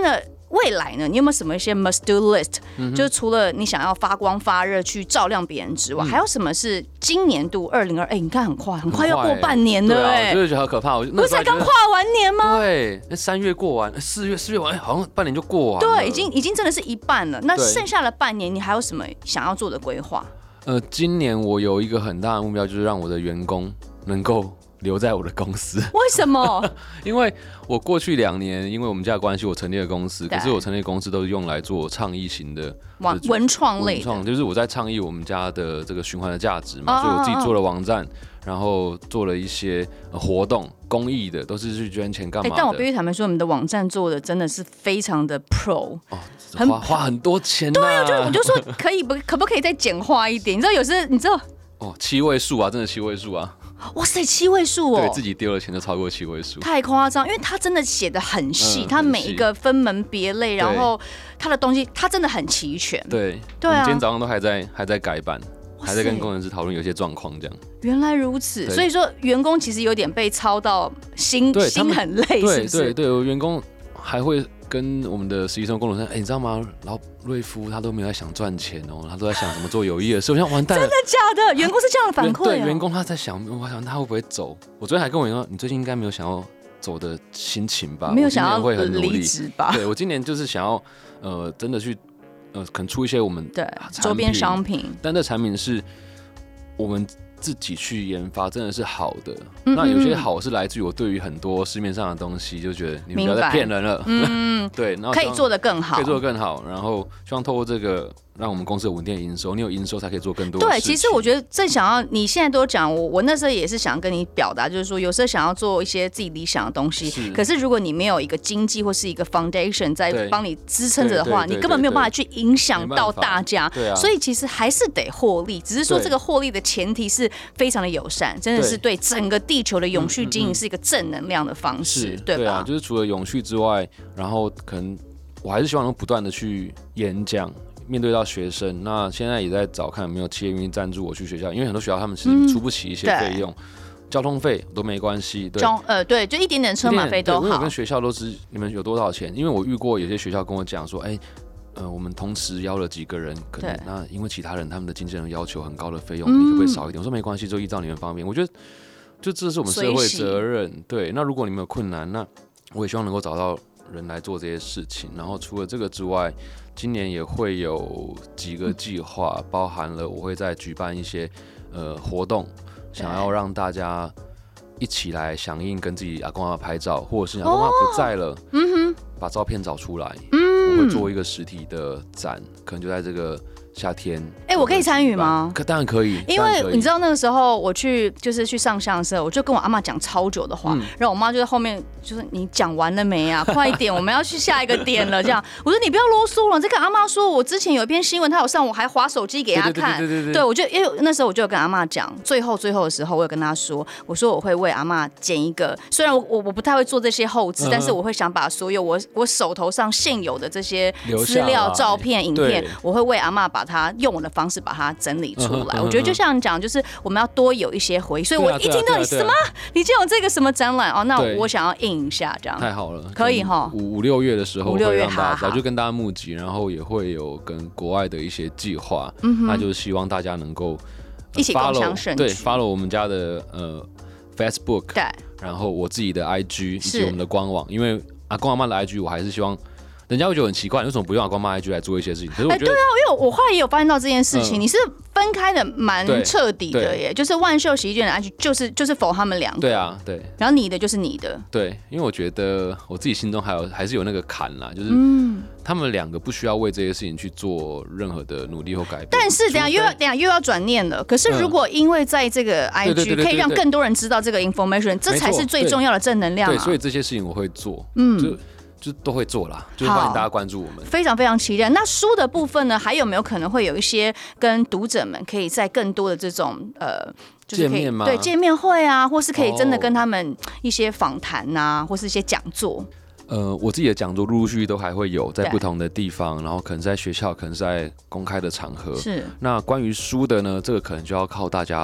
未来呢，你有没有什么一些 must do list？就是除了你想要发光发热去照亮别人之外，还有什么是今年度2022？你看很快要过半年了我就觉得好可怕。 不是才刚跨完年吗？ 对，那3月过完，4月完，好像半年就过完了。 对，已经真的是一半了。那剩下的半年，你还有什么想要做的规划？ 今年我有一个很大的目标，就是让我的员工能够留在我的公司。 为什么？ 因为我过去2年，因为我们家的关系，我成立了公司，可是我成立的公司都是用来做倡议型的文创类的， 就是我在倡议我们家的这个循环的价值嘛，所以我自己做了网站，然后做了一些活动，公益的，都是去捐钱干嘛的。 但我必须坦白说，你们的网站做的真的是非常的 pro， 花很多钱。 对啊，我就说可不可以再简化一点？你知道有时你知道 7位数啊，真的7位数啊。 哇塞，7位数哦！ 对自己丢了钱就超过7位数， 太夸张，因为他真的写的很细，他每一个分门别类，然后他的东西他真的很齐全。 对啊，我们今天早上都还在改版，还在跟工程师讨论有些状况这样。 原来如此，所以说员工其实有点被操到心很累，是不是？ 对，我员工还会跟我们的实习生工作说，你知道吗？然后瑞夫他都没有在想赚钱哦，他都在想怎么做有益的事。我想完蛋了， 真的假的？员工是这样的反馈？ 对，员工他在想，我想他会不会走？我昨天还跟我员工说，你最近应该没有想要走的心情吧？ 没有想要离职吧？ 对，我今年就是想要真的去可能出一些我们周边商品， 但这产品是我们自己去研发，真的是好的。那有些好是来自于我对于很多市面上的东西，就觉得你们不要再骗人了。对，然后可以做得更好， 然后希望透过这个让我们公司有稳定的营收，你有营收才可以做更多的事情。 对，其实我觉得正想要你现在都讲，我那时候也是想跟你表达，就是说有时候想要做一些自己理想的东西，可是如果你没有一个经济或是一个 foundation 在帮你支撑着的话，你根本没有办法去影响到大家。所以其实还是得获利，只是说这个获利的前提是非常的友善，真的是对整个地球的永续经营是一个正能量的方式，对吧？ 对啊，就是除了永续之外，然后可能我还是希望能不断的去演讲。面对到学生，那现在也在找看有没有企业愿意赞助我去学校，因为很多学校他们其实出不起一些费用，交通费都没关系， 对，就一点点车马费都好。 我跟学校都是你们有多少钱？因为我遇过有些学校跟我讲说，我们同时邀了几个人，可能那因为其他人他们的经纪人要求很高的费用，你可不可以少一点？我说没关系，就依照你们方便。我觉得就这是我们社会责任，对。那如果你们有困难，那我也希望能够找到人来做这些事情。然后除了这个之外，今年也会有几个计划，包含了我会再举办一些活动，想要让大家一起来响应，跟自己阿公阿嬷拍照，或者是阿公阿嬷不在了，把照片找出来，我会做一个实体的展，可能就在这个夏天。 我可以参与吗？ 当然可以， 因为你知道那个时候我去上相社，我就跟我阿嬷讲超久的话，然后我妈就在后面就说：“你讲完了没啊？快一点，我们要去下一个点了。”这样，我说：“你不要啰嗦了。”这个阿嬷说：“我之前有一篇新闻，她有上，我还滑手机给她看。”对，我就因为那时候我就有跟阿嬷讲，最后的时候，我有跟她说，我说我会为阿嬷剪一个，虽然我不太会做这些后置，但是我会想把所有我手头上现有的这些资料、照片、影片，我会为阿嬷把它用我的方式把它整理出来。我觉得就像你讲，就是我们要多有一些回忆。所以我一听到你什么，你竟然有这个什么展览哦，那我想要印一下，这样太好了， 可以哈。 5、6月的时候会让大家就跟大家募集，然后也会有跟国外的一些计划，那就是希望大家能够一起共享盛举， 对 ，follow 我们家的Facebook， 对，然后我自己的 IG 以及我们的官网，因为阿公阿嬷的 IG 我还是希望。人家会觉得很奇怪，为什么不用阿公妈 IG 来做一些事情？可是我觉得， 对啊，因为我后来也有发现到这件事情，你是分开的蛮彻底的耶。就是万秀洗衣店的 IG 就是否他们两个， 对啊，对。 然后你的就是你的， 对，因为我觉得我自己心中还是有那个坎啦，就是他们两个不需要为这些事情去做任何的努力或改变。 但是等下又要转念了。可是如果因为在这个 IG 可以让更多人知道这个 information， 这才是最重要的正能量啊。 对，所以这些事情我会做，就都会做啦，就是欢迎大家关注我们。 非常非常期待。那书的部分呢，还有没有可能会有一些跟读者们可以在更多的这种就是可以见面吗？ 对，见面会啊，或是可以真的跟他们一些访谈啊，或是一些讲座。 我自己的讲座陆陆续续都还会有在不同的地方，然后可能在学校，可能是在公开的场合。 是。 那关于书的呢，这个可能就要靠大家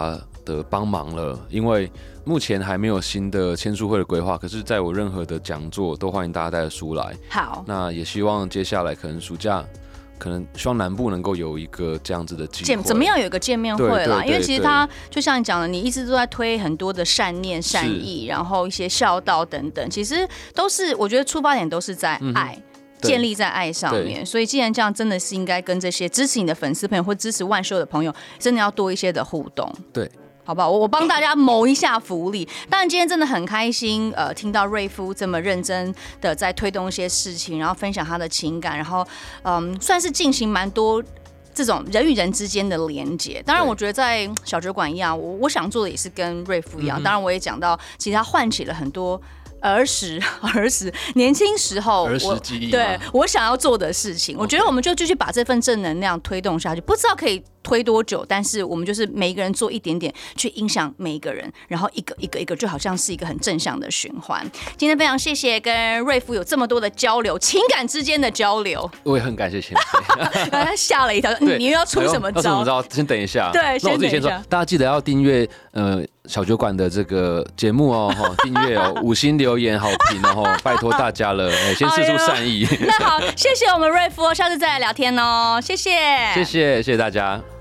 的帮忙了，因为目前还没有新的签书会的规划，可是在我任何的讲座都欢迎大家带着书来。 好， 那也希望接下来可能暑假。可能希望南部能够有一个这样子的机会， 怎么样有一个见面会啦？因为其实他就像你讲的，你一直都在推很多的善念、善意，然后一些孝道等等，其实都是我觉得出发点都是在爱。建立在爱上面，所以既然这样，真的是应该跟这些支持你的粉丝朋友或支持万秀的朋友，真的要多一些的互动。 对。 好不好？我帮大家谋一下福利。当然，今天真的很开心，听到瑞夫这么认真的在推动一些事情，然后分享他的情感，然后算是进行蛮多这种人与人之间的连结。当然，我觉得在小酒馆一样，我想做的也是跟瑞夫一样。当然，我也讲到，其实他唤起了很多。儿时年轻时候儿时记忆， 对我想要做的事情，我觉得我们就继续把这份正能量推动下去，不知道可以推多久，但是我们就是每一个人做一点点，去影响每一个人，然后一个就好像是一个很正向的循环。今天非常谢谢跟瑞夫有这么多的交流，情感之间的交流， 我也很感谢前辈。 他吓了一跳，你又要出什么招？ 什么招？先等一下。 对， 那我自己先说，大家记得要订阅小酒馆的这个节目哦，订阅哦，5星留言好评哦，拜托大家了，先释出善意。 那好，谢谢我们瑞夫，下次再来聊天哦，谢谢， 谢谢大家。